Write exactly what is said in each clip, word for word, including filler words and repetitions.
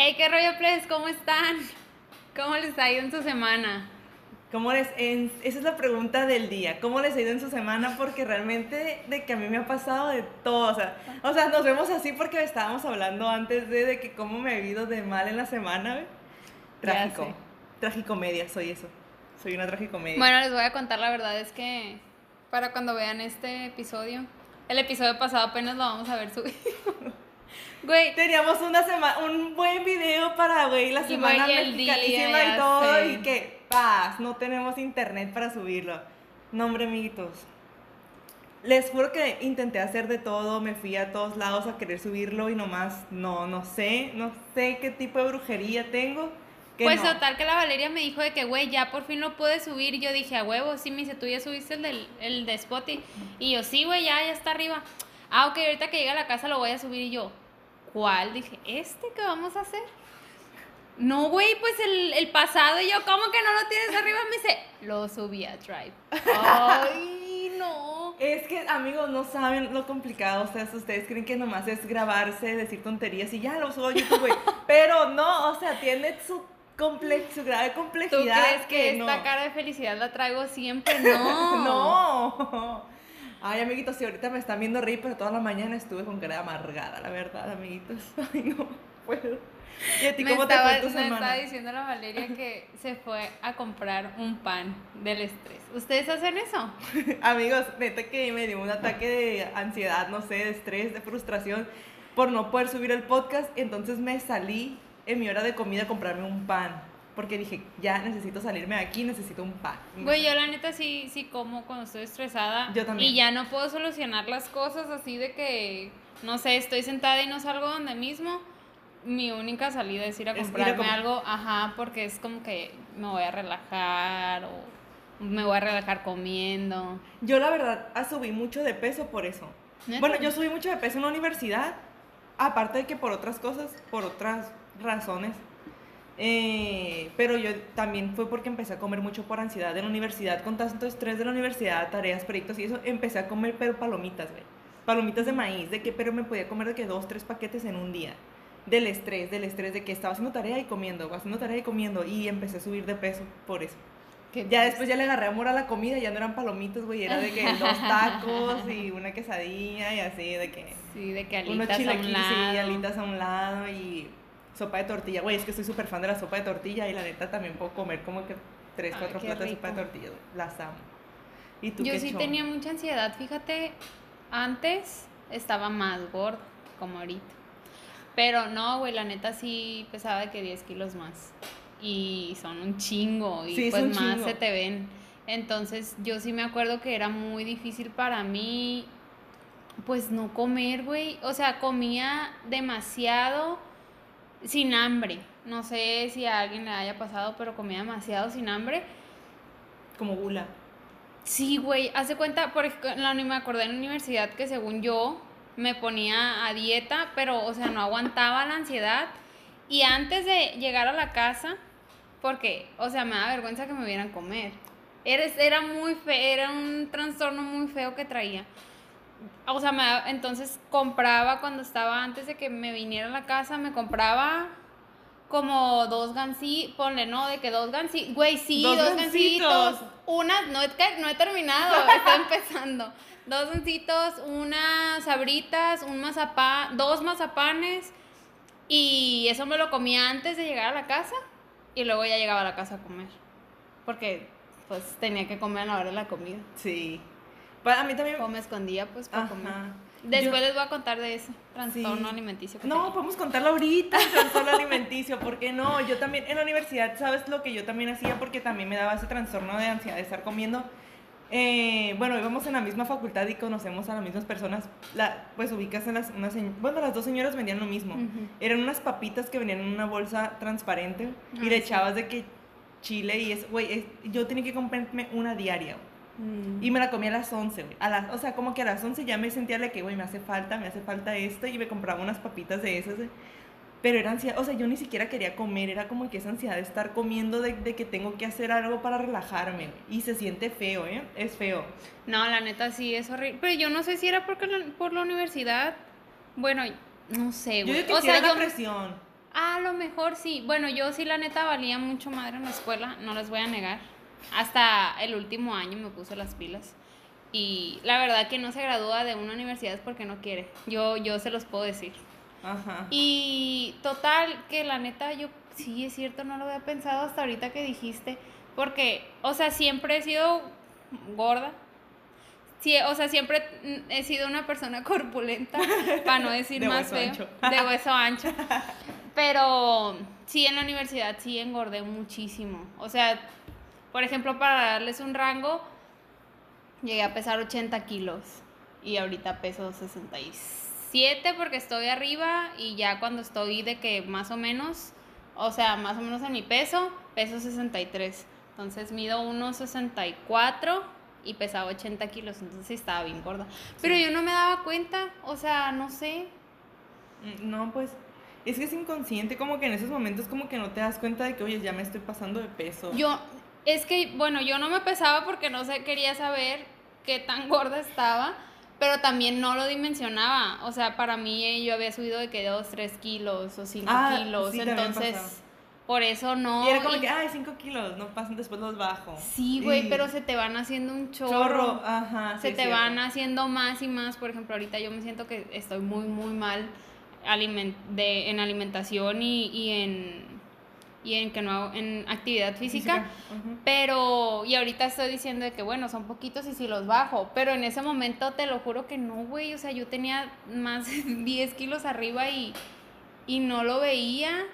Hey, qué rollo, plebes, ¿cómo están? ¿Cómo les ha ido en su semana? ¿Cómo les, en, esa es la pregunta del día. ¿Cómo les ha ido en su semana? Porque realmente de que a mí me ha pasado de todo. O sea, o sea nos vemos así porque estábamos hablando antes de, de que cómo me he ido de mal en la semana, ¿ve? Ya Trágico. sé. Tragicomedia, soy eso. Soy una tragicomedia. Bueno, les voy a contar la verdad, es que para cuando vean este episodio, el episodio pasado apenas lo vamos a ver subido. Güey, Teníamos una semana, un buen video para, güey, la y semana güey, el mexicanísima día, y ya todo. sé. Y que, paz, no tenemos internet para subirlo. No, hombre, amiguitos. Les juro que intenté hacer de todo, me fui a todos lados a querer subirlo y nomás no, no sé, no sé qué tipo de brujería tengo, que Pues no. total que la Valeria me dijo de que, güey, ya por fin lo pude subir. Y yo dije, a huevo, sí, me dice, tú ya subiste el, del, el de Spotify. Y yo, sí, güey, ya, ya está arriba. Ah, ok, ahorita que llegue a la casa lo voy a subir. Y yo, ¿cuál? Dije, ¿este que vamos a hacer? No, güey, pues el, el pasado. Y yo, ¿cómo que no lo tienes arriba? Me dice, lo subí a Drive. Ay, no. Es que, amigos, no saben lo complicado, o sea, ustedes creen que nomás es grabarse, decir tonterías y ya lo subo a YouTube, güey. Pero no, o sea, tiene su, comple su grave complejidad. ¿Tú crees que, que esta no. cara de felicidad la traigo siempre? No. No. Ay, amiguitos, si ahorita me están viendo reír, pero toda la mañana estuve con cara amargada, la verdad, amiguitos. Ay, no puedo. ¿Y a ti Me cómo estaba, te fue tu me semana? estaba diciendo la Valeria que se fue a comprar un pan del estrés. ¿Ustedes hacen eso? Amigos, neta que me dio un ataque de ansiedad, no sé, de estrés, de frustración por no poder subir el podcast. Entonces me salí en mi hora de comida a comprarme un pan. Porque dije, ya necesito salirme de aquí, necesito un pan. Güey, yo la neta sí, sí como cuando estoy estresada. Yo también. Y ya no puedo solucionar las cosas así de que, no sé, estoy sentada y no salgo donde mismo. Mi única salida es ir a Es ir a comprarme com- algo, ajá, porque es como que me voy a relajar o me voy a relajar comiendo. Yo la verdad ah, subí mucho de peso por eso. ¿Neta? Bueno, yo subí mucho de peso en la universidad, aparte de que por otras cosas, por otras razones. Eh, pero yo también fue porque empecé a comer mucho por ansiedad en la universidad, con tanto estrés de la universidad, tareas, proyectos y eso, empecé a comer pero palomitas, güey. Palomitas de maíz, de que pero me podía comer de que dos, tres paquetes en un día. Del estrés, del estrés de que estaba haciendo tarea y comiendo, haciendo tarea y comiendo y empecé a subir de peso por eso. Qué Ya triste. después ya le agarré amor a la comida, ya no eran palomitas, güey, era de que dos tacos y una quesadilla y así, de que Sí, de que unos alitas a un chilaquiles y lado. alitas a un lado y sopa de tortilla. Güey, es que soy súper fan de la sopa de tortilla y la neta también puedo comer como que tres, Ay, cuatro qué platos de sopa de rico. tortilla, güey. Las amo. ¿Y tú Yo qué sí show? tenía mucha ansiedad, fíjate, antes estaba más gorda, como ahorita. Pero no, güey, la neta sí pesaba de que diez kilos más. Y son un chingo, y Sí, es pues un más chingo. se te ven. Entonces yo sí me acuerdo que era muy difícil para mí, pues no comer, güey. O sea, comía demasiado sin hambre. No sé si a alguien le haya pasado, pero comía demasiado sin hambre. Como gula. Sí, güey, hace cuenta, por ejemplo, en la, uni- me acordé en la universidad que según yo me ponía a dieta, pero, o sea, no aguantaba la ansiedad. Y antes de llegar a la casa, porque, o sea, me da vergüenza que me vieran comer. Era, era muy feo, era un trastorno muy feo que traía. O sea, me da- entonces compraba cuando estaba, antes de que me viniera a la casa, me compraba como dos gansitos, ponle, ¿no? De que dos gansitos, güey, sí, Dos dos, gancitos. gansitos. Una, no, es que no he terminado, estoy empezando. Dos gancitos, unas sabritas, un mazapán, dos mazapanes. Y eso me lo comía antes de llegar a la casa. Y luego ya llegaba a la casa a comer. Porque, pues, tenía que comer a la hora de la comida. Sí. Pa- a mí también. O me escondía, pues, para Ajá. comer. Después Yo- les voy a contar de ese trastorno Sí. alimenticio que No, tenía. podemos contarlo ahorita, el trastorno alimenticio, ¿por qué no? Yo también en la universidad, ¿sabes lo que yo también hacía? Porque también me daba ese trastorno de ansiedad de estar comiendo. Eh, bueno, íbamos en la misma facultad y conocemos a las mismas personas. La, pues ubicas en las, una señ- bueno, las dos señoras vendían lo mismo. Ujú. Eran unas papitas que venían en una bolsa transparente y Ah, le sí. echabas de que chile y es, güey, es- yo tenía que comprarme una diaria, güey. Mm. Y me la comí a las once, güey. A las, o sea, como que a las once ya me sentía de que, güey, me hace falta, me hace falta esto. Y me compraba unas papitas de esas, güey. Pero era ansiedad, o sea, yo ni siquiera quería comer. Era como que esa ansiedad de estar comiendo, de, de que tengo que hacer algo para relajarme, güey. Y se siente feo, ¿eh? Es feo. No, la neta sí es horrible. Pero yo no sé si era porque la- por la universidad. Bueno, no sé, Yo güey. digo que O sí sea, era yo la presión. A lo mejor sí. Bueno, yo sí la neta valía mucho madre en la escuela, no les voy a negar. Hasta el último año me puse las pilas. Y la verdad que no se gradúa de una universidad es porque no quiere. Yo, yo se los puedo decir. Ajá. Y total, que la neta yo sí es cierto, no lo había pensado hasta ahorita que dijiste. Porque, o sea, siempre he sido gorda. Sí, o sea, siempre he sido una persona corpulenta, para no decir De más hueso feo. ancho. De hueso ancho. Pero sí, en la universidad sí engordé muchísimo. O sea, por ejemplo, para darles un rango, llegué a pesar ochenta kilos y ahorita peso sesenta y siete porque estoy arriba y ya cuando estoy de que más o menos, o sea, más o menos en mi peso, peso sesenta y tres. Entonces mido uno sesenta y cuatro y pesaba ochenta kilos, entonces sí estaba bien gorda. Pero Sí. yo no me daba cuenta, o sea, no sé. No, pues, es que es inconsciente, como que en esos momentos como que no te das cuenta de que, oye, ya me estoy pasando de peso. Yo, es que, bueno, yo no me pesaba porque no sé, quería saber qué tan gorda estaba, pero también no lo dimensionaba. O sea, para mí eh, yo había subido de que dos, tres kilos o cinco Ah, kilos, sí, también entonces pasaba. por eso no. Y era como y- que, ay, cinco kilos, no pasan, después los bajo. Sí, güey, Y- pero se te van haciendo un chorro. Chorro, ajá, sí Se es te cierto. van haciendo más y más. Por ejemplo, ahorita yo me siento que estoy muy, muy mal aliment de, en alimentación y, y en y en que no hago- en actividad física, Ujú. pero y ahorita estoy diciendo de que bueno, son poquitos y si los bajo, pero en ese momento te lo juro que no, güey, o sea, yo tenía más de diez kilos arriba y, y no lo veía.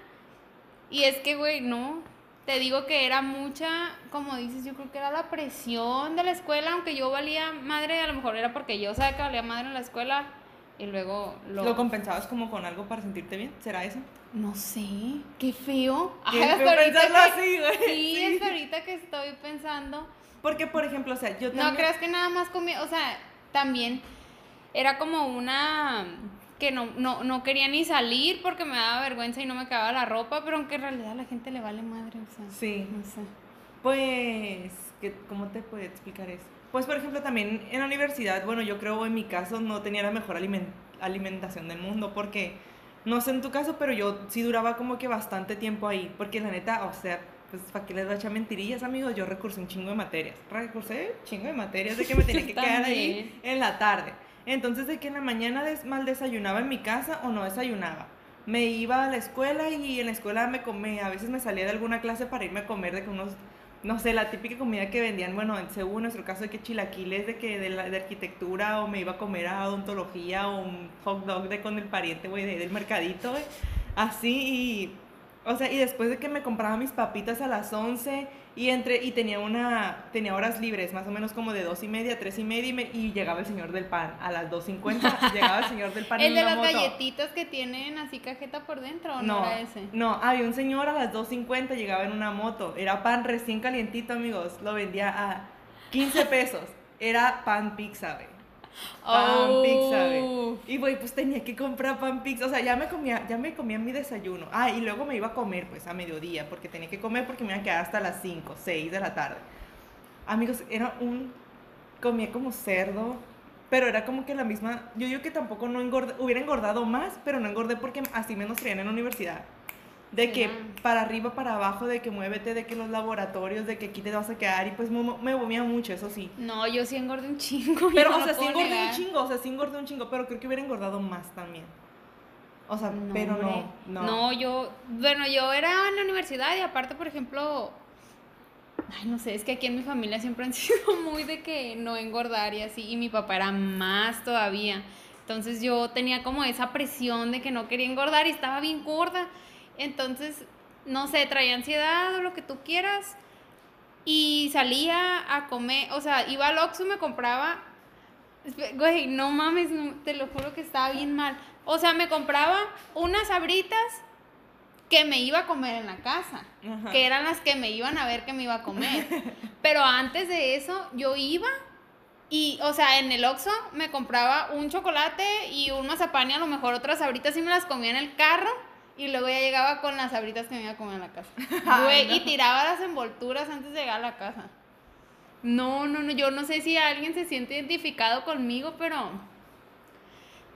Y es que, güey, no. Te digo que era mucha, como dices, yo creo que era la presión de la escuela, aunque yo valía madre, a lo mejor era porque yo sabía que valía madre en la escuela y luego lo... ¿Lo compensabas como con algo para sentirte bien? ¿Será eso? No sé, qué feo. Qué Ay, hasta feo ahorita pensarlo que- así, güey. Sí, Sí. hasta ahorita que estoy pensando. Porque, por ejemplo, o sea, yo No también... creas que nada más comía, o sea, también era como una que no, no, no quería ni salir porque me daba vergüenza y no me quedaba la ropa, pero aunque en realidad a la gente le vale madre, o sea, Sí. no sé. Pues, ¿qué- ¿cómo te puedo explicar eso? Pues, por ejemplo, también en la universidad, bueno, yo creo en mi caso no tenía la mejor aliment- alimentación del mundo porque, no sé en tu caso, pero yo sí duraba como que bastante tiempo ahí, porque la neta, o sea, pues, ¿para qué les voy a echar mentirillas, amigos? Yo recursé un chingo de materias, recursé un chingo de materias de que me tenía que quedar ahí También. en la tarde. Entonces, de que en la mañana des- mal desayunaba en mi casa o no desayunaba. Me iba a la escuela y en la escuela me comía, a veces me salía de alguna clase para irme a comer de que unos, no sé, la típica comida que vendían, bueno, en- según nuestro caso de que chilaquiles de que de, la, de arquitectura o me iba a comer a odontología o un hot dog de con el pariente, güey, de- del mercadito, güey. Así y, o sea, y después de que me compraba mis papitas a las once y entre y tenía una tenía horas libres, más o menos como de dos y media, tres y media y, me- y llegaba el señor del pan a las dos cincuenta, llegaba el señor del pan ¿El en de una las moto. galletitas que tienen así cajeta por dentro o no, No, era ese? no, había un señor a las dos cincuenta, llegaba en una moto. Era pan recién calientito, amigos. Lo vendía a quince pesos. Era pan pizza, güey. Pan Oh. pizza, güey. Y, güey, pues tenía que comprar pan pizza. O sea, ya me comía, ya me comía mi desayuno. Ah, y luego me iba a comer, pues, a mediodía. Porque tenía que comer porque me iba a quedar hasta las cinco, seis de la tarde. Amigos, era un... Comía como cerdo. Pero era como que la misma... Yo digo que tampoco no engordé... Hubiera engordado más, pero no engordé porque así me nos traían en la universidad. De que Será. para arriba, para abajo, de que muévete, de que los laboratorios, de que aquí te vas a quedar. Y pues mu- me movía mucho, eso sí. No, yo sí engordé un chingo. Pero, yo o no sea, lo sí puedo engordé un negar. chingo, o sea, sí engordé un chingo, pero creo que hubiera engordado más también. O sea, No, pero hombre. no, no. No, yo, bueno, yo era en la universidad y aparte, por ejemplo, ay, no sé, es que aquí en mi familia siempre han sido muy de que no engordar y así, y mi papá era más todavía. Entonces yo tenía como esa presión de que no quería engordar y estaba bien gorda. Entonces, no sé, traía ansiedad o lo que tú quieras. Y salía a comer, o sea, iba al Oxxo y me compraba. Espe- Güey, no mames, no, te lo juro que estaba bien mal. O sea, me compraba unas sabritas que me iba a comer en la casa, Ajá. que eran las que me iban a ver que me iba a comer. Pero antes de eso, yo iba y, o sea, en el Oxxo me compraba un chocolate y un mazapán y a lo mejor otras sabritas y me las comía en el carro y luego ya llegaba con las sabritas que me iba a comer en la casa. Güey, Ay, no. y tiraba las envolturas antes de llegar a la casa. No, no, no, yo no sé si alguien se siente identificado conmigo, pero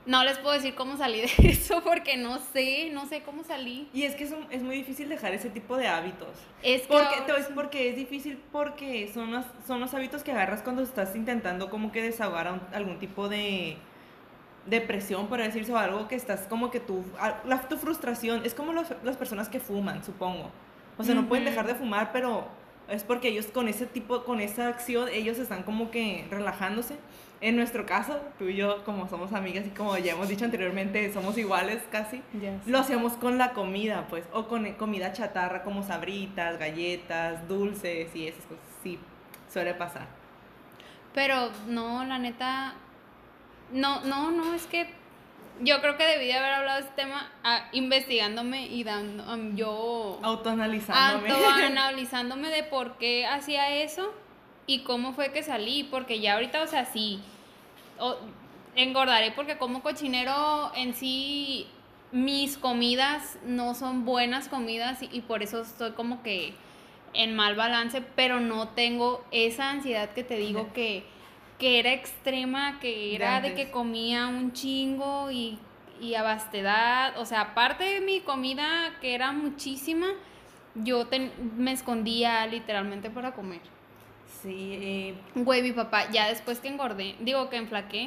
no les puedo decir cómo salí de eso porque no sé, no sé cómo salí. Y es que es, un- es muy difícil dejar ese tipo de hábitos. Es que Porque, ahora te voy a decir sí. porque es difícil porque son los, son los hábitos que agarras cuando estás intentando como que desahogar a un- algún tipo de depresión, por decirse, o algo que estás como que tú, a- la, tu frustración, es como los- las personas que fuman, supongo. O sea, no pueden Ujú. dejar de fumar, pero es porque ellos con ese tipo, con esa acción, ellos están como que relajándose. En nuestro caso, tú y yo, como somos amigas y como ya hemos dicho anteriormente, somos iguales casi, Ya sé. lo hacíamos con la comida, pues, o con eh, comida chatarra como sabritas, galletas, dulces y esas cosas. Sí, suele pasar. Pero no, la neta, no, no, no, es que yo creo que debí de haber hablado de este tema ah, investigándome y dando, um, yo Autoanalizándome. autoanalizándome de por qué hacía eso y cómo fue que salí, porque ya ahorita, o sea, sí, o- engordaré porque como cochinero en sí, mis comidas no son buenas comidas y, y por eso estoy como que en mal balance, pero no tengo esa ansiedad que te digo Ya. que, que era extrema, que De era de antes. que comía un chingo y, y a vastedad, o sea, aparte de mi comida que era muchísima, yo ten- me escondía literalmente para comer. Sí, eh, Güey, mi papá, ya después que engordé, digo que enflaqué,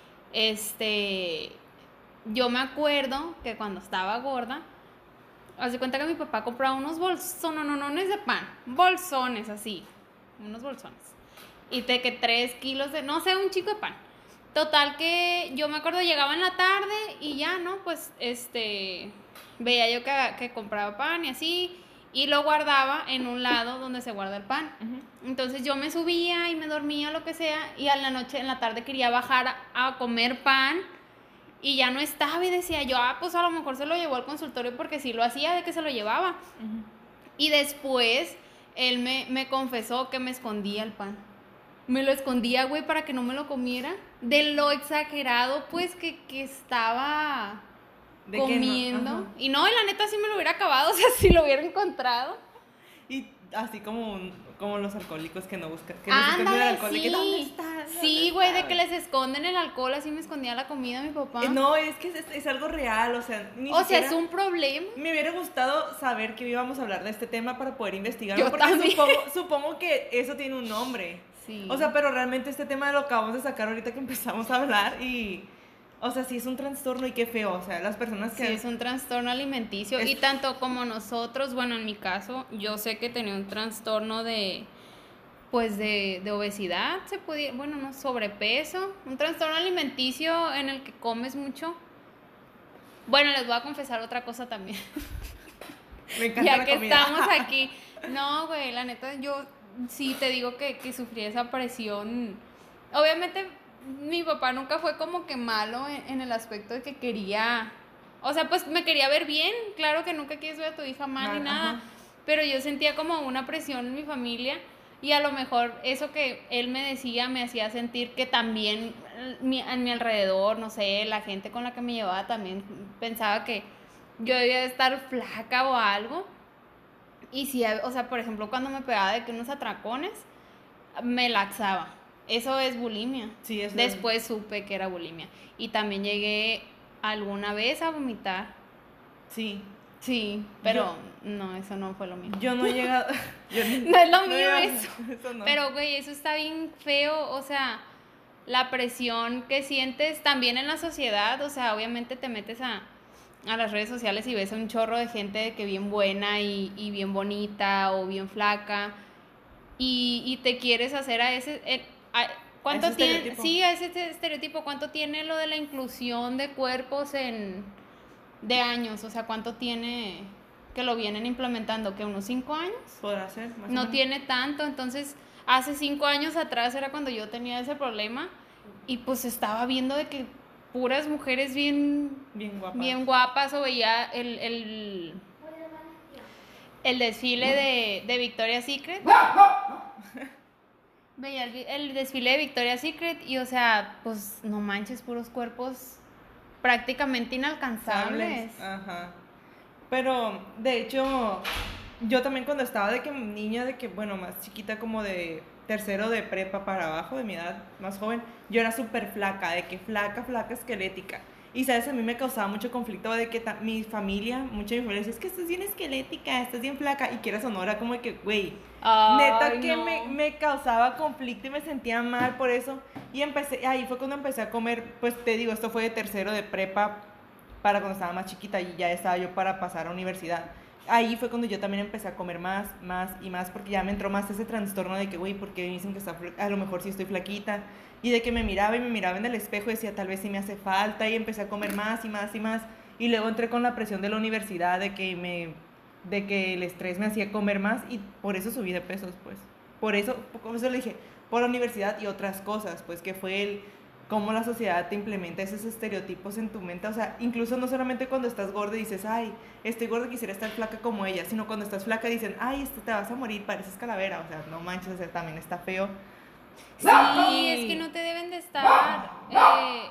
este, yo me acuerdo que cuando estaba gorda, haz de cuenta que mi papá compraba unos bolsones de pan, bolsones así, unos bolsones, y de que tres kilos de, no sé, un chico de pan. Total que yo me acuerdo, llegaba en la tarde y ya, ¿no? Pues, este, veía yo que, que compraba pan y así, y lo guardaba en un lado donde se guarda el pan. ujú. Entonces yo me subía y me dormía, lo que sea, y a la noche, en la tarde quería bajar a, a comer pan y ya no estaba y decía yo, ah, pues a lo mejor se lo llevó al consultorio porque sí lo hacía de que se lo llevaba. Ujú. Y después él me, me confesó que me escondía el pan. Me lo escondía, güey, para que no me lo comiera. De lo exagerado, pues, que, que estaba De que no, comiendo. ajá. Y no, y la neta sí me lo hubiera acabado, o sea, si lo hubiera encontrado. Y así como, un- como los alcohólicos que no buscan, que les esconden el Ándale, alcohol, de que ¿dónde sí. está? ¿Dónde Sí, güey, de está?". que les esconden el alcohol, así me escondía la comida mi papá. Eh, No, es que es, es algo real, o sea, ni O sea, siquiera es un problema. me hubiera gustado saber que íbamos a hablar de este tema para poder investigarlo, Yo porque también. supongo, supongo que eso tiene un nombre. Sí. O sea, pero realmente este tema lo acabamos de sacar ahorita que empezamos a hablar y, o sea, sí es un trastorno y qué feo, o sea, las personas que... Sí, es un trastorno alimenticio. Es- Y tanto como nosotros, bueno, en mi caso, yo sé que tenía un trastorno de, pues, de, de obesidad, se pudiera, bueno, no, sobrepeso, un trastorno alimenticio en el que comes mucho. Bueno, les voy a confesar otra cosa también. Me encanta Ya la que comida. estamos aquí. No, güey, la neta, yo sí te digo que, que sufrí esa presión. Obviamente, mi papá nunca fue como que malo en, en el aspecto de que quería. O sea, pues me quería ver bien. Claro que nunca quieres ver a tu hija mal ni Ah, nada. ajá. Pero yo sentía como una presión en mi familia. Y a lo mejor eso que él me decía me hacía sentir que también eh, mi- a mi alrededor, no sé, la gente con la que me llevaba también pensaba que yo debía de estar flaca o algo. Y si, o sea, por ejemplo, cuando me pegaba de que unos atracones, me laxaba. Eso es bulimia. Sí, eso es- Después supe que era bulimia. Y también llegué alguna vez a vomitar. Sí, Sí, pero no, eso no fue lo mío. yo no he llegado... yo ni- No es lo he mío llegado- eso. eso no. Pero, güey, eso está bien feo, o sea, la presión que sientes también en la sociedad, o sea, obviamente te metes a, a las redes sociales y ves a un chorro de gente de que bien buena y, y bien bonita o bien flaca y, y te quieres hacer a ese... eh, a- ¿Cuánto ese tiene? estereotipo. Sí, a ese este- estereotipo. ¿Cuánto tiene lo de la inclusión de cuerpos en de años? O sea, ¿cuánto tiene que lo vienen implementando? ¿Que unos cinco años? Podrá ser, más o No menos. tiene tanto, entonces hace cinco años atrás era cuando yo tenía ese problema y pues estaba viendo de que puras mujeres bien, Bien guapa. bien guapas o veía el, el, el desfile de, de Victoria's Secret. Veía el, vi- el desfile de Victoria's Secret y o sea, pues no manches, puros cuerpos prácticamente inalcanzables. Ajá. Pero, de hecho, yo también cuando estaba de que niña, de que, bueno, más chiquita como de tercero de prepa para abajo, de mi edad, más joven, yo era súper flaca, de que flaca, flaca, esquelética. Y, ¿sabes? A mí me causaba mucho conflicto de que ta- mi familia, mucha de mi familia decía, es que estás bien esquelética, estás bien flaca. Y quieras o no, era como que, güey, neta Ay, que no. me, me causaba conflicto y me sentía mal por eso. Y empecé, ahí fue cuando empecé a comer, pues te digo, esto fue de tercero de prepa para cuando estaba más chiquita y ya estaba yo para pasar a universidad. Ahí fue cuando yo también empecé a comer más, más y más, porque ya me entró más ese trastorno de que, güey, porque me dicen que está, fl- a lo mejor sí estoy flaquita. Y de que me miraba y me miraba en el espejo y decía, tal vez sí me hace falta. Y empecé a comer más y más y más. Y luego entré con la presión de la universidad, de que, me, de que el estrés me hacía comer más. Y por eso subí de pesos, pues. Por eso, por eso le dije, por la universidad y otras cosas, pues, que fue el cómo la sociedad te implementa esos estereotipos en tu mente. O sea, incluso no solamente cuando estás gorda y dices, ay, estoy gorda, quisiera estar flaca como ella, sino cuando estás flaca dicen, ay, este, te vas a morir, pareces calavera. O sea, no manches, o sea, también está feo. Sí, es que Y no te deben de estar. eh,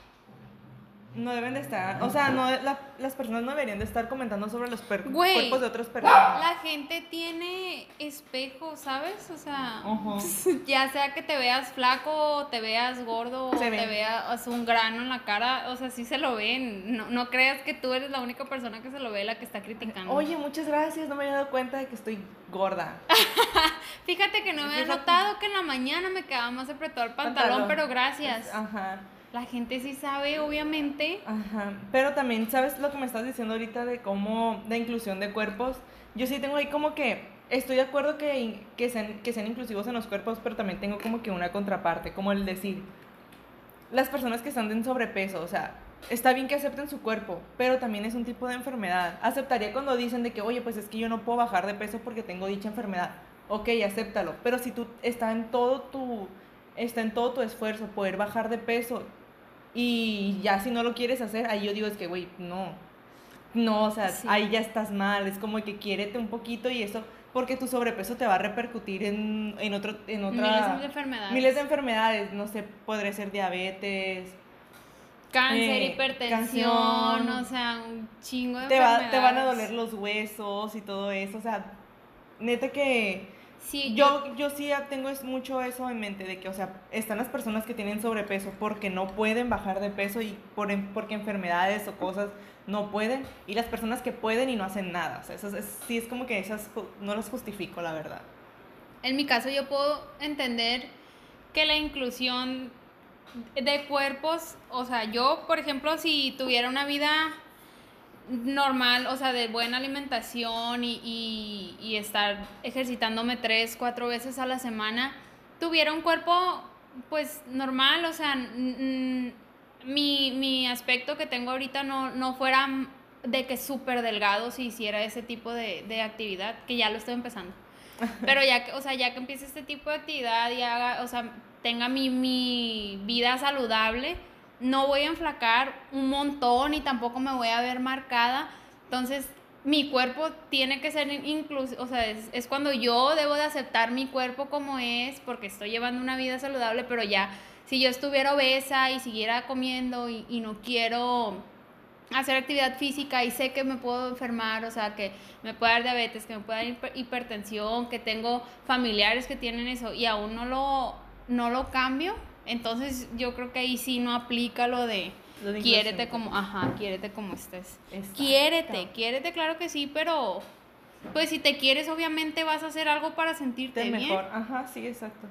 no deben de estar, o sea, no, la- las personas no deberían de estar comentando sobre los per- cuerpos Güey, de otras personas. la gente tiene espejos, ¿sabes? O sea, Ujú. ya sea que te veas flaco, o te veas gordo, o Se te ven. veas un grano en la cara, o sea, sí se lo ven. No, no creas que tú eres la única persona que se lo ve, la que está criticando. Oye, muchas gracias, no me había dado cuenta de que estoy gorda. Fíjate que no me había Fíjate. notado que en la mañana me quedaba más apretado el pantalón, Pantalón. pero gracias. Es- Ajá. La gente sí sabe, obviamente. Ajá, pero también, ¿sabes lo que me estás diciendo ahorita de cómo, de inclusión de cuerpos? Yo sí tengo ahí como que, estoy de acuerdo que, que, sean, que sean inclusivos en los cuerpos, pero también tengo como que una contraparte, como el decir, las personas que están en sobrepeso, o sea, está bien que acepten su cuerpo, pero también es un tipo de enfermedad. Aceptaría cuando dicen de que, oye, pues es que yo no puedo bajar de peso porque tengo dicha enfermedad. Ok, acéptalo, pero si tú está en todo tu, está en todo tu esfuerzo poder bajar de peso y ya si no lo quieres hacer, ahí yo digo es que, güey, no, no, o sea, Sí. ahí ya estás mal, es como que quiérete un poquito y eso, porque tu sobrepeso te va a repercutir en, en, otro, en otra... Miles de enfermedades. Miles de enfermedades, no sé, podría ser diabetes, Cáncer, eh, hipertensión, canción, o sea, un chingo de te, va, enfermedades. te van a doler los huesos y todo eso, o sea, neta que... Sí, Yo, yo sí ya tengo es mucho eso en mente, de que, o sea, están las personas que tienen sobrepeso porque no pueden bajar de peso y por, en- porque enfermedades o cosas no pueden, y las personas que pueden y no hacen nada, o sea, esas, es, sí es como que esas ju- no las justifico, la verdad. en mi caso yo puedo entender que la inclusión de cuerpos, o sea, yo, por ejemplo, si tuviera una vida normal, o sea, de buena alimentación y, y, y estar ejercitándome tres, cuatro veces a la semana, tuviera un cuerpo, pues, normal, o sea, n- n- mi, mi aspecto que tengo ahorita no, no fuera de que súper delgado si hiciera ese tipo de, de actividad, que ya lo estoy empezando. Pero ya que, o sea, ya que empiece este tipo de actividad y haga, o sea, tenga mi, mi vida saludable, no voy a enflacar un montón y tampoco me voy a ver marcada. Entonces, mi cuerpo tiene que ser incluso, o sea, es, es cuando yo debo de aceptar mi cuerpo como es, porque estoy llevando una vida saludable, pero ya, si yo estuviera obesa y siguiera comiendo y, y no quiero hacer actividad física y sé que me puedo enfermar, o sea, que me puede dar diabetes, que me puede dar hiper- hipertensión, que tengo familiares que tienen eso y aún no lo, no lo cambio, entonces yo creo que ahí sí no aplica lo de Lo de quiérete inclusión, como, ajá, quiérete como estés. Exacto. Quiérete, quiérete, claro que sí, pero pues si te quieres obviamente vas a hacer algo para sentirte Te bien. mejor, ajá, sí, exacto.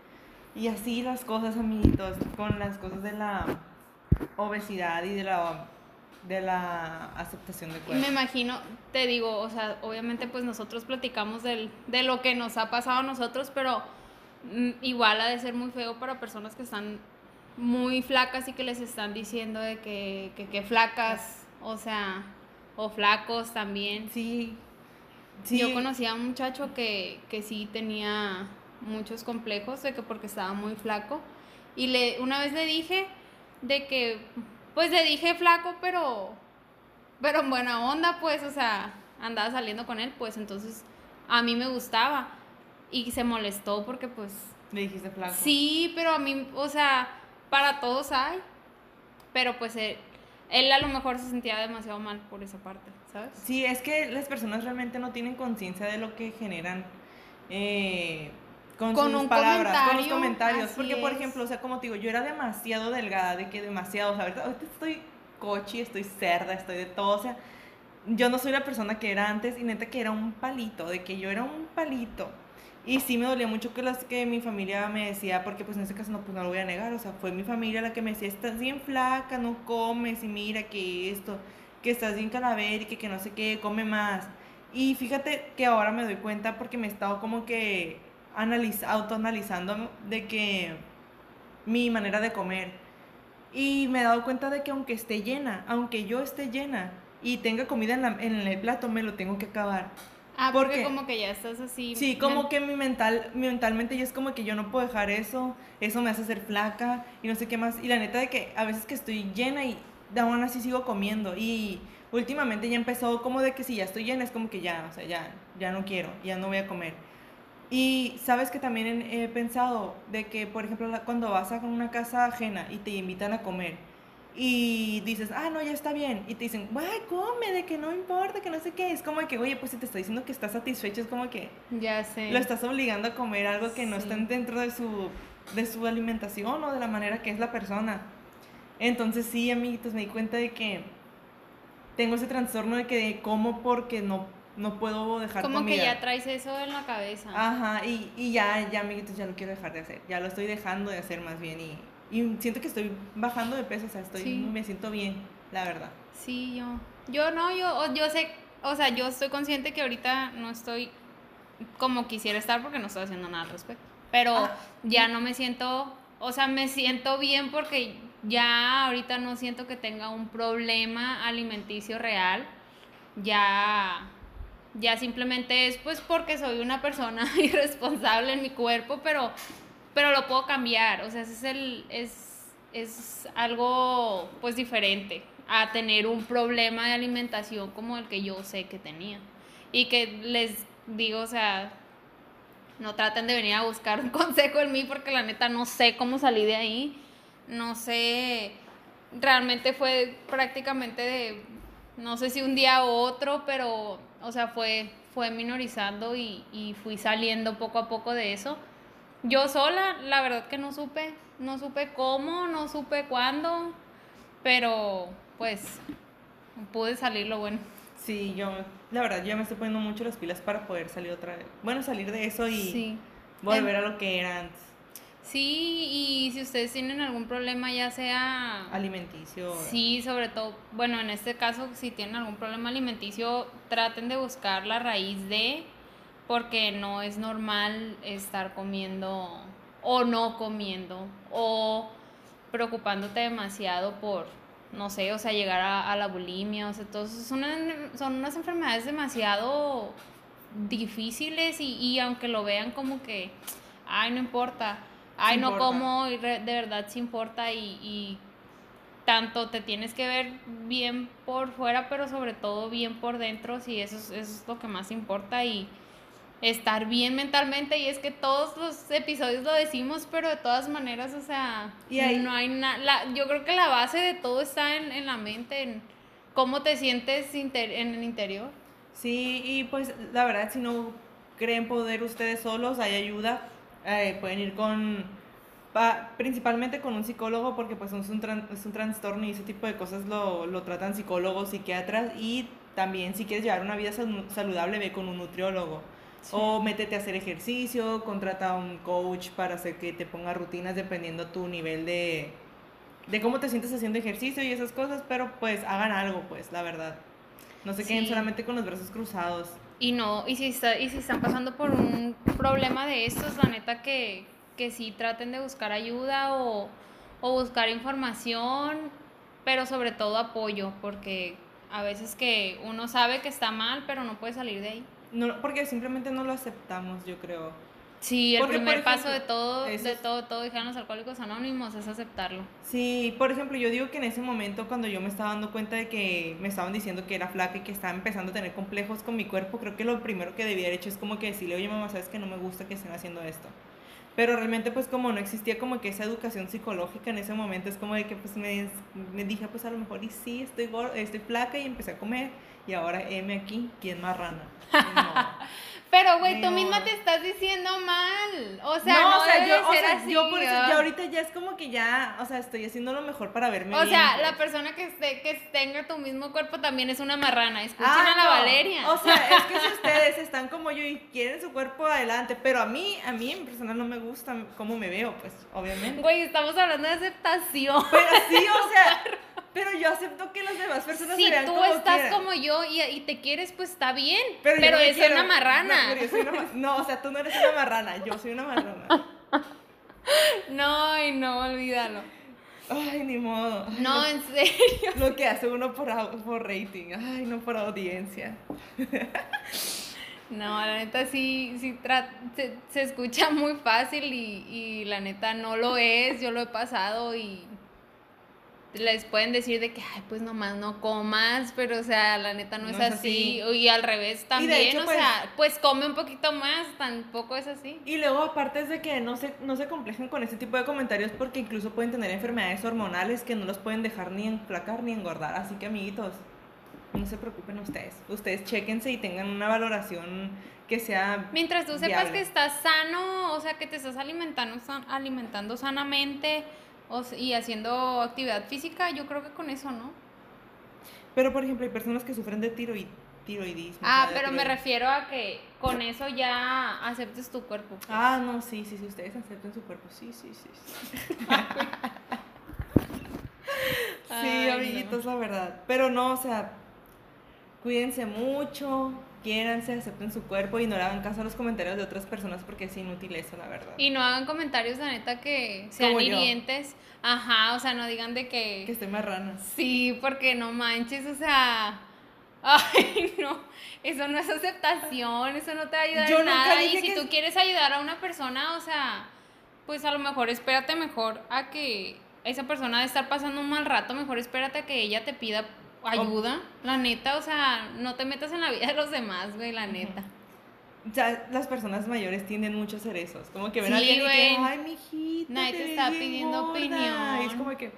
Y así las cosas, amiguitos, con las cosas de la obesidad y de la, de la aceptación de Y me cuerpo. imagino, te digo, o sea, obviamente pues nosotros platicamos del, de lo que nos ha pasado a nosotros, pero mm, igual ha de ser muy feo para personas que están muy flacas y que les están diciendo de que, que, que flacas, o sea, o flacos también. Sí, sí. Yo conocí a un muchacho que, que sí tenía muchos complejos de que porque estaba muy flaco y le una vez le dije de que pues le dije flaco pero pero en buena onda pues, o sea, andaba saliendo con él pues, entonces a mí me gustaba y se molestó porque pues Le dijiste flaco. sí, pero a mí, o sea, para todos hay, pero pues él, él a lo mejor se sentía demasiado mal por esa parte, ¿sabes? Sí, es que las personas realmente no tienen conciencia de lo que generan eh, con, Con sus un palabras, con los comentario, comentarios. así Porque, por es. ejemplo, o sea, como te digo, yo era demasiado delgada, de que demasiado, o sea, ahorita, ahorita estoy cochi, estoy cerda, estoy de todo, o sea, yo no soy la persona que era antes y neta que era un palito, de que yo era un palito. Y sí me dolía mucho que las que mi familia me decía, porque pues en ese caso no, pues no lo voy a negar, o sea, fue mi familia la que me decía, estás bien flaca, no comes, y mira que esto, que estás bien calavera y que, que no sé qué, come más. Y fíjate que ahora me doy cuenta porque me he estado como que analiz autoanalizando de que mi manera de comer. Y me he dado cuenta de que aunque esté llena, aunque yo esté llena y tenga comida en, la, en el plato, me lo tengo que acabar. Ah, porque, porque como que ya estás así. Sí, como que mi mental, mi mentalmente ya es como que yo no puedo dejar eso, eso me hace ser flaca y no sé qué más. Y la neta de que a veces que estoy llena y aún así sigo comiendo. Y últimamente ya empezó como de que si ya estoy llena es como que ya, o sea, ya, ya no quiero, ya no voy a comer. Y sabes que también he pensado de que, por ejemplo, cuando vas a una casa ajena y te invitan a comer y dices, ah, no, ya está bien, y te dicen, ay, come, de que no importa, que no sé qué, es como que, oye, pues si te está diciendo que estás satisfecho, es como que ya sé, lo estás obligando a comer algo que no sí. está dentro de su, de su alimentación o de la manera que es la persona. Entonces sí, amiguitos, me di cuenta de que tengo ese trastorno de que como porque no no puedo dejar como comida. Que ya traes eso en la cabeza. Ajá, y, y ya, ya, amiguitos, ya lo quiero dejar de hacer. Ya lo estoy dejando de hacer más bien. Y, y siento que estoy bajando de peso, o sea, estoy, sí. me siento bien, la verdad. Sí, yo. Yo no, yo, yo sé, o sea, yo estoy consciente que ahorita no estoy como quisiera estar porque no estoy haciendo nada al respecto. Pero ah. ya no me siento, o sea, me siento bien porque ya ahorita no siento que tenga un problema alimenticio real. Ya ya simplemente es pues porque soy una persona irresponsable en mi cuerpo, pero pero lo puedo cambiar, o sea, ese es el es es algo pues diferente a tener un problema de alimentación como el que yo sé que tenía. Y que les digo, o sea, no traten de venir a buscar un consejo en mí porque la neta no sé cómo salí de ahí. No sé, realmente fue prácticamente de, no sé si un día u otro, pero, o sea, fue, fue minorizando y, y fui saliendo poco a poco de eso. Yo sola, la verdad que no supe, no supe cómo, no supe cuándo, pero pues pude salir lo bueno. Sí, yo, la verdad, ya me estoy poniendo mucho las pilas para poder salir otra vez. Bueno, salir de eso y sí. volver en... a lo que era antes. Sí, y si ustedes tienen algún problema, ya sea alimenticio. Sí, sobre todo, bueno, en este caso, si tienen algún problema alimenticio, traten de buscar la raíz de, porque no es normal estar comiendo o no comiendo o preocupándote demasiado por, no sé, o sea, llegar a, a la bulimia, o sea, todos son, son unas enfermedades demasiado difíciles y, y aunque lo vean como que, ay, no importa, ay, sí no importa. Como, y re, de verdad sí importa y, y tanto te tienes que ver bien por fuera, pero sobre todo bien por dentro, si eso es, eso es lo que más importa y estar bien mentalmente. Y es que todos los episodios lo decimos, pero de todas maneras, o sea, y ahí, no hay nada, yo creo que la base de todo está en, en la mente, en cómo te sientes inter en el interior. Sí, y pues la verdad, si no creen poder ustedes solos, hay ayuda, eh, pueden ir con, pa, principalmente con un psicólogo, porque pues es un, tran, es un trastorno y ese tipo de cosas lo, lo tratan psicólogos, psiquiatras, y también si quieres llevar una vida saludable, ve con un nutriólogo. Sí. O métete a hacer ejercicio, contrata a un coach para hacer que te ponga rutinas dependiendo tu nivel de, de cómo te sientes haciendo ejercicio y esas cosas, pero pues hagan algo, pues, la verdad. No se queden sí. solamente con los brazos cruzados. Y no, y si, está, y si están pasando por un problema de estos, la neta que, que sí traten de buscar ayuda o, o buscar información, pero sobre todo apoyo, porque a veces que uno sabe que está mal, pero no puede salir de ahí. No, porque simplemente no lo aceptamos, yo creo. Sí, el porque, primer ejemplo, paso de todo, es, de todo, todo, dijeron los Alcohólicos Anónimos, es aceptarlo. Sí, por ejemplo, yo digo que en ese momento cuando yo me estaba dando cuenta de que me estaban diciendo que era flaca y que estaba empezando a tener complejos con mi cuerpo, creo que lo primero que debía haber hecho es como que decirle, oye mamá, sabes que no me gusta que estén haciendo esto. Pero realmente pues como no existía como que esa educación psicológica en ese momento, es como de que pues me, me dije pues a lo mejor y sí, estoy, gorda, estoy flaca y empecé a comer y ahora M aquí, ¿quién más rana? No. Pero, güey, tú No. misma te estás diciendo mal. O sea, no, no, o sea, debe yo, de o ser sea, así. yo por eso, ¿verdad? ya ahorita ya es como que ya, o sea, estoy haciendo lo mejor para verme O bien, sea, pues. la persona que esté, que tenga tu mismo cuerpo también es una marrana. Escuchen Ah, a la no. Valeria. O sea, es que si ustedes están como yo y quieren su cuerpo adelante, pero a mí, a mí en personal no me gusta cómo me veo, pues, obviamente. Güey, estamos hablando de aceptación. Pero sí, o sea, pero yo acepto que las demás personas Si se vean tú como estás quieran. como yo y, y te quieres, pues está bien. Pero, Pero, yo no me es quiero. una marrana. No, pero yo soy una ma- no, o sea, tú no eres una marrana, yo soy una marrana. No, ay, no, olvídalo. Ay, ni modo. Ay, No, lo, en serio. lo que hace uno por, au- por rating, ay, no por audiencia. No, la neta sí, sí tra- se, se escucha muy fácil y, y la neta no lo es. Yo lo he pasado y les pueden decir de que, ay, pues nomás no comas, pero o sea, la neta no, No es, es así. así. Y al revés también, hecho, o pues- sea, pues come un poquito más, tampoco es así. Y luego aparte es de que no se, no se complejen con ese tipo de comentarios porque incluso pueden tener enfermedades hormonales que no los pueden dejar ni enflacar ni engordar. Así que amiguitos, no se preocupen ustedes. Ustedes chéquense y tengan una valoración que sea Mientras tú sepas viable. que estás sano, o sea, que te estás alimentando, san- alimentando sanamente o s- y haciendo actividad física, yo creo que con eso, ¿no? Pero por ejemplo hay personas que sufren de tiroid, tiroidismo. o Ah, sea, de pero me tiroides. refiero a que con eso ya aceptes tu cuerpo. pues. Ah, no, sí, sí, sí, ustedes aceptan su cuerpo. Sí, sí, sí. Sí, sí Ay, amiguitos, la verdad. Pero no, o sea, cuídense mucho, quiéranse, acepten su cuerpo y no le hagan caso a los comentarios de otras personas porque es inútil eso, la verdad. Y no hagan comentarios, la neta, que sean Como yo. hirientes. Ajá, o sea, no digan de que... Que estoy marrana. Sí, porque no manches, o sea... Ay, no, eso no es aceptación, eso no te va a ayudar Yo en nunca nada. Y dije si que- tú quieres ayudar a una persona, o sea, pues a lo mejor espérate mejor a que esa persona de estar pasando un mal rato, mejor espérate a que ella te pida ayuda, la neta, o sea, no te metas en la vida de los demás, güey, la neta. Ya las personas mayores tienden mucho a hacer eso. Es como que ven Sí, a alguien y que, güey. ay, mijita, Nadie te ves está bien pidiendo gorda". opinión. Y es como que,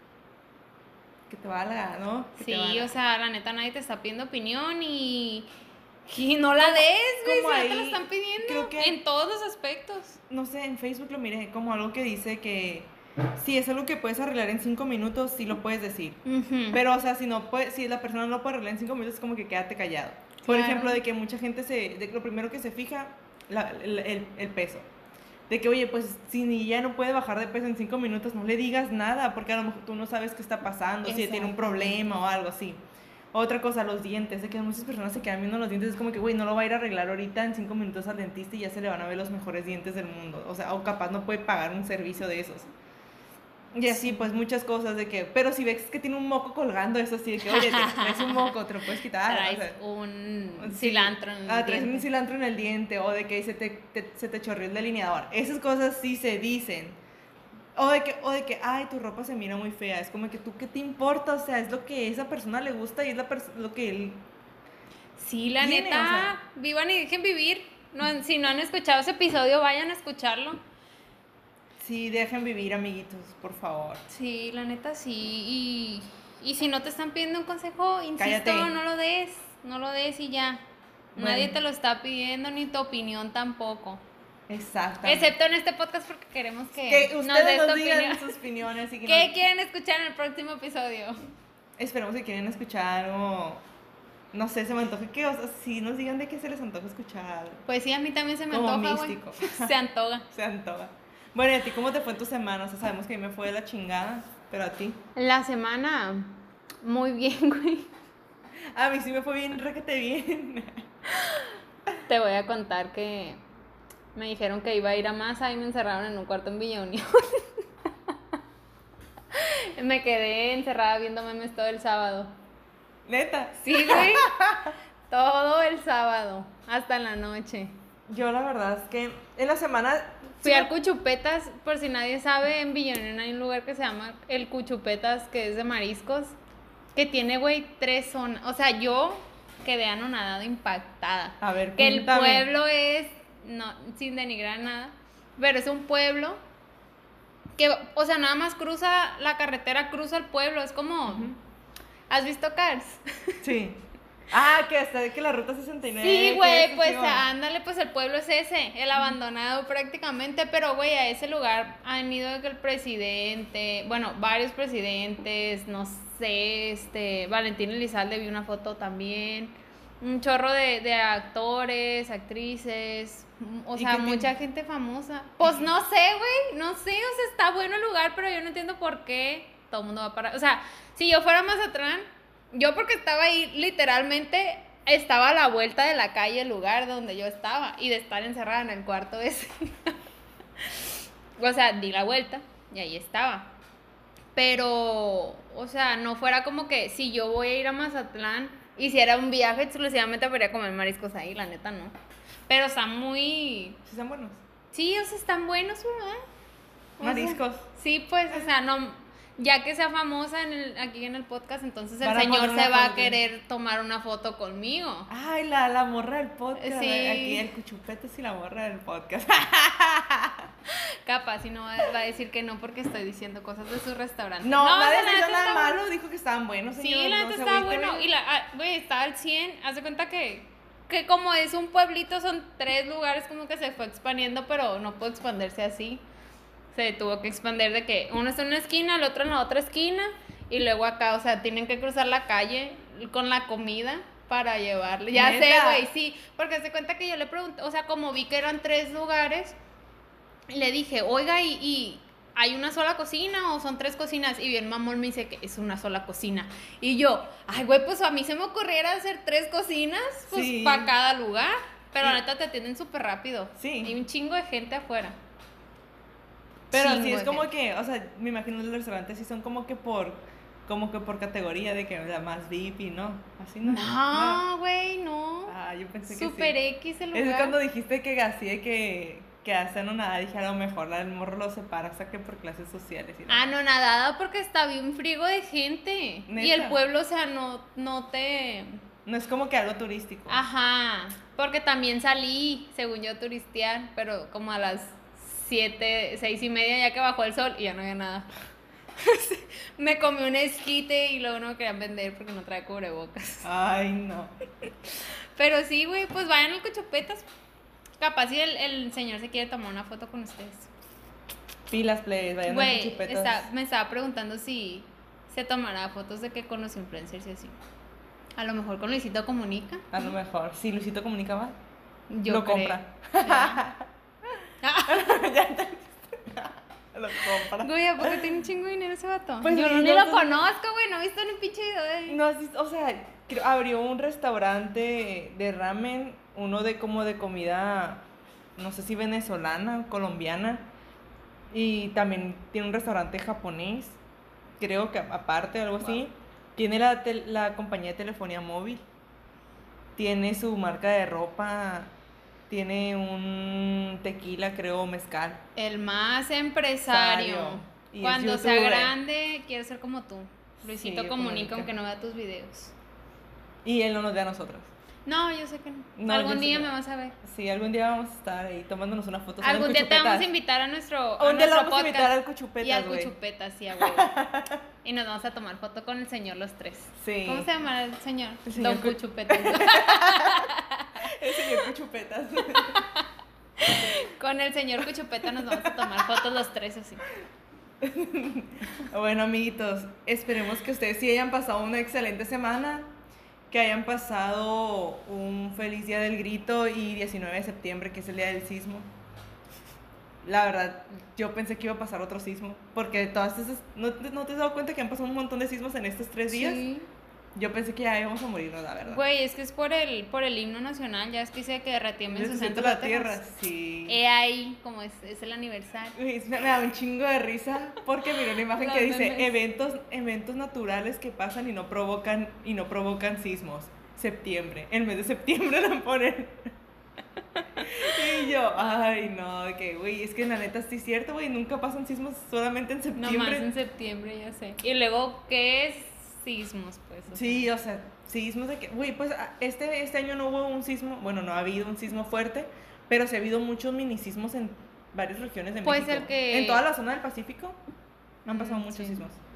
que te valga, ¿no? Que te Sí, valga. o sea, la neta nadie te está pidiendo opinión y, y no la des, güey, si como no te la ahí, están pidiendo creo que- en todos los aspectos. No sé, en Facebook lo miré como algo que dice que si es algo que puedes arreglar en cinco minutos, sí lo puedes decir. Ujú. Pero, o sea, si no puede, si la persona no lo puede arreglar en cinco minutos, es como que quédate callado. Por Claro. ejemplo, de que mucha gente se, de que lo primero que se fija, la- el, el- el peso. De que, oye, pues si ni ya no puede bajar de peso en cinco minutos, no le digas nada, porque a lo mejor tú no sabes qué está pasando, si tiene un Exactamente. problema o algo así. Otra cosa, los dientes, de que muchas personas se quedan viendo los dientes, es como que, güey, no lo va a ir a arreglar ahorita en cinco minutos al dentista y ya se le van a ver los mejores dientes del mundo. O sea, o capaz no puede pagar un servicio de esos. Y así, pues muchas cosas de que, pero si ves que tiene un moco colgando, eso sí, de que, oye, te traes un moco, te lo puedes quitar. Traes o sea, un sí. cilantro en el Ah, traes diente. un cilantro en el diente, o de que se te, te- se te chorreó el delineador. Esas cosas sí se dicen. O de que, o de que, ay, tu ropa se mira muy fea. Es como que tú, ¿qué te importa? O sea, es lo que a esa persona le gusta y es la pers- lo que él... Sí, la Tiene, neta, o sea. vivan y dejen vivir. No, si no han escuchado ese episodio, vayan a escucharlo. Sí, dejen vivir, amiguitos, por favor. Sí, la neta sí. Y, y si no te están pidiendo un consejo, insisto, Cállate. no lo des. No lo des y ya. Bueno. Nadie te lo está pidiendo, ni tu opinión tampoco. Exacto. Excepto en este podcast porque queremos que, que nos ustedes des nos, tu digan opinión. sus opiniones y que ¿Qué nos- quieren escuchar en el próximo episodio? Esperemos que quieren escuchar o... No sé, se me antoja que, o sea, sí nos digan de qué se les antoja escuchar. Pues sí, a mí también se me Como antoja, güey. místico. Se antoja. Se antoja. Bueno, ¿y a ti cómo te fue en tu semana? O sea, sabemos que a mí me fue de la chingada, pero a ti. La semana, muy bien, güey. A mí sí me fue bien, requete bien. Te voy a contar que me dijeron que iba a ir a Masa y me encerraron en un cuarto en Villa Unión. Me quedé encerrada viendo memes todo el sábado. Neta. Sí, güey. Todo el sábado, hasta en la noche. Yo la verdad es que en la semana... Fui sí al me- Cuchupetas, por si nadie sabe, en Villa Unión hay un lugar que se llama el Cuchupetas, que es de mariscos, que tiene, güey, tres zonas. O sea, yo quedé anonadada, impactada. A ver, Que el cuéntame. pueblo es, no, sin denigrar nada, pero es un pueblo que, o sea, nada más cruza la carretera, cruza el pueblo, es como, Ujú. ¿has visto Cars? Sí. Ah, que hasta que la ruta sesenta y nueve. Sí, güey, pues ándale, pues el pueblo es ese, el abandonado prácticamente, pero güey, a ese lugar han ido que el presidente, bueno, varios presidentes, no sé, este, Valentín Elizalde, vi una foto también, un chorro de, de actores, actrices, o sea, mucha gente famosa. Pues no sé, güey, no sé, o sea, está bueno el lugar, pero yo no entiendo por qué todo el mundo va para, o sea, si yo fuera a Mazatlán, yo porque estaba ahí, literalmente, estaba a la vuelta de la calle, el lugar donde yo estaba, y de estar encerrada en el cuarto ese. O sea, di la vuelta y ahí estaba. Pero, o sea, no fuera como que si yo voy a ir a Mazatlán, hiciera un viaje exclusivamente para ir a comer mariscos ahí, la neta no. Pero están muy... ¿Sí están buenos? Sí, o sea, están buenos, ¿verdad? O Mariscos. sea, sí, pues, o sea, no... Ya que sea famosa en el, aquí en el podcast, entonces el Van a señor poner se una va a foto. querer tomar una foto conmigo. Ay, la, la morra del podcast. Sí. Aquí el cuchupete y la morra del podcast. Capaz, y no va, va a decir que no porque estoy diciendo cosas de su restaurante. No, no nadie o sea, dijo la neta nada está malo, bueno. dijo que estaban buenos, señor. Sí, la no neta se estaba agüite, bueno. güey. Y la, ah, güey, estaba al cien. Haz de cuenta que, que como es un pueblito, son tres lugares como que se fue expandiendo, pero no puede expandirse así. Se tuvo que expandir de que uno está en una esquina, el otro en la otra esquina, y luego acá, o sea, tienen que cruzar la calle con la comida para llevarle. Ya ¿Neta? sé, güey, sí, porque se cuenta que yo le pregunté, o sea, como vi que eran tres lugares, le dije, oiga, ¿y, y hay una sola cocina o son tres cocinas? Y bien mamón me dice que es una sola cocina. Y yo, ay, güey, pues a mí se me ocurriera hacer tres cocinas, pues Sí. para cada lugar. Pero Sí. la neta te atienden súper rápido. Sí. Y un chingo de gente afuera. Pero Chingo sí es de como gente. que, o sea, me imagino los restaurantes sí son como que por, como que por categoría de que la más V I P y no, así no. No, güey, no. Ah, yo pensé que Super sí. X el lugar. Es cuando dijiste que así de que, que hacen o nada, dije a lo mejor la del morro lo separa, o sea que por clases sociales y Ah, no, nada, porque está bien frigo de gente. ¿Neta? Y el pueblo, o sea, no, no te... No es como que algo turístico. Ajá, porque también salí, según yo, a turistear, pero como a las siete, seis y media ya que bajó el sol y ya no había nada. Me comí un esquite y luego no me querían vender porque no trae cubrebocas. Ay, no. Pero sí, güey, pues vayan al Cochopetas. Capaz si el, el señor se quiere tomar una foto con ustedes. Pilas, play, vayan a Güey, chupetas. está- me estaba preguntando si se tomará fotos de que con los influencers y así. A lo mejor con Luisito Comunica. A lo mejor. Si Luisito Comunica va, Yo lo creo. compra. Lo compra. Güey, ¿a poco tiene un chingo de dinero ese vato? Pues Yo sí, no, ni no, lo no. conozco, güey, no he visto ni un pinche video de él. No, sí, o sea, creo- abrió un restaurante de ramen, uno de como de comida, no sé si venezolana o colombiana, y también tiene un restaurante japonés, creo que aparte, algo así. Tiene la, tel- la compañía de telefonía móvil, tiene su marca de ropa, tiene un tequila, creo, mezcal. El más empresario. Y es Cuando sea youtuber. grande, quiero ser como tú. Luisito Sí, Comunica, Comunica. aunque no vea tus videos. Y él no nos ve a nosotros. No, yo sé que no. No, Algún yo sé día que- me vas a ver. Sí, algún día vamos a estar ahí tomándonos una foto. Algún día te vamos a invitar a nuestro, a Un día lo nuestro vamos a invitar al podcast. Cuchupetas, Y al güey. Cuchupetas, sí, a huevo. Y nos vamos a tomar foto con el señor los tres. Sí. ¿Cómo se llama el señor? El señor Don Cu- Cuchupetas. El señor Cuchupetas. Con el señor Cuchupeta nos vamos a tomar fotos los tres así. Bueno, amiguitos, esperemos que ustedes sí hayan pasado una excelente semana, que hayan pasado un feliz día del grito y diecinueve de septiembre, que es el día del sismo. La verdad, yo pensé que iba a pasar otro sismo, porque todas esas... ¿No, te- no te has dado cuenta que han pasado un montón de sismos en estos tres días? Sí. Yo pensé que ya íbamos a morirnos, la verdad. Güey, es que es por el, por el himno nacional, ya es que dice que retiemblen Yo sus siento santos la tierra, patronos. sí. He ahí, como es, es el aniversario. Uy, me, me da un chingo de risa porque miré una imagen Los que dice memes. eventos, eventos naturales que pasan y no provocan y no provocan sismos. Septiembre, el mes de septiembre lo ponen. Y yo, ay no, que güey, es que la neta sí es cierto, güey, nunca pasan sismos solamente en Nomás septiembre. en septiembre, ya sé. Y luego, ¿qué es sismos? Pues, o Sí, o sea, sismos de que, güey, pues a- este, este año no hubo un sismo, bueno, no ha habido un sismo fuerte, pero sí ha habido muchos minisismos en varias regiones de Pues México. el que- En toda la zona del Pacífico han pasado Mm, muchos sí. sismos.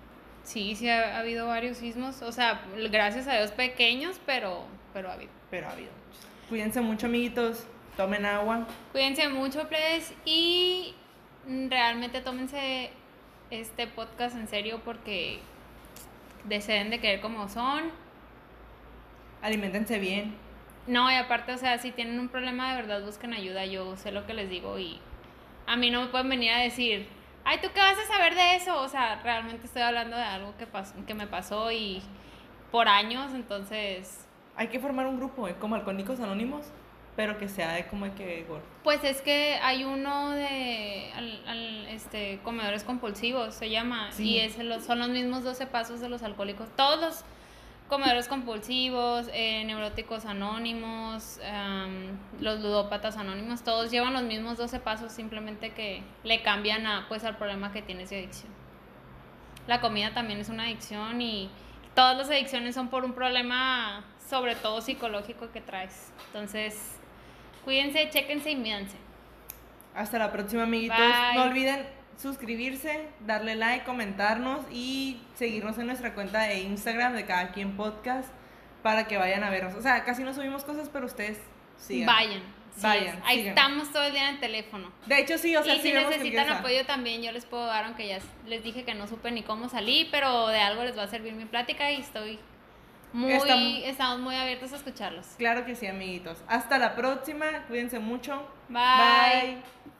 Sí, sí ha, ha habido varios sismos, o sea, gracias a Dios pequeños, pero, pero ha habido. Pero ha habido muchos. Cuídense mucho, amiguitos. Tomen agua. Cuídense mucho, please, y realmente tómense este podcast en serio porque deseen de querer como son. Aliméntense bien. No, y aparte, o sea, si tienen un problema de verdad, busquen ayuda. Yo sé lo que les digo y a mí no me pueden venir a decir, ay, ¿tú qué vas a saber de eso? O sea, realmente estoy hablando de algo que, pasó, que me pasó y por años, entonces... Hay que formar un grupo, ¿eh? Como Alcohólicos Anónimos, pero que sea de como de que gordo. Pues es que hay uno de al, al, este, comedores compulsivos, se llama, Sí. y es los, son los mismos doce pasos de los alcohólicos. Todos los comedores compulsivos, eh, neuróticos anónimos, um, los ludópatas anónimos, todos llevan los mismos doce pasos, simplemente que le cambian a, pues, al problema que tienes de adicción. La comida también es una adicción y todas las adicciones son por un problema, sobre todo psicológico, que traes. Entonces, cuídense, chéquense y mídanse. Hasta la próxima, amiguitos. Bye. No olviden suscribirse, darle like, comentarnos y seguirnos en nuestra cuenta de Instagram de Cada Quien Podcast para que vayan a vernos. O sea, casi no subimos cosas, pero ustedes sigan. Vayan. Sí, Vayan, ahí sigan. estamos todo el día en el teléfono. De hecho, sí, o sea, y sí si vemos necesitan que apoyo también, yo les puedo dar, aunque ya les dije que no supe ni cómo salí, pero de algo les va a servir mi plática y estoy muy, Estamos- estamos muy abiertos a escucharlos. Claro que sí, amiguitos. Hasta la próxima. Cuídense mucho. Bye. Bye.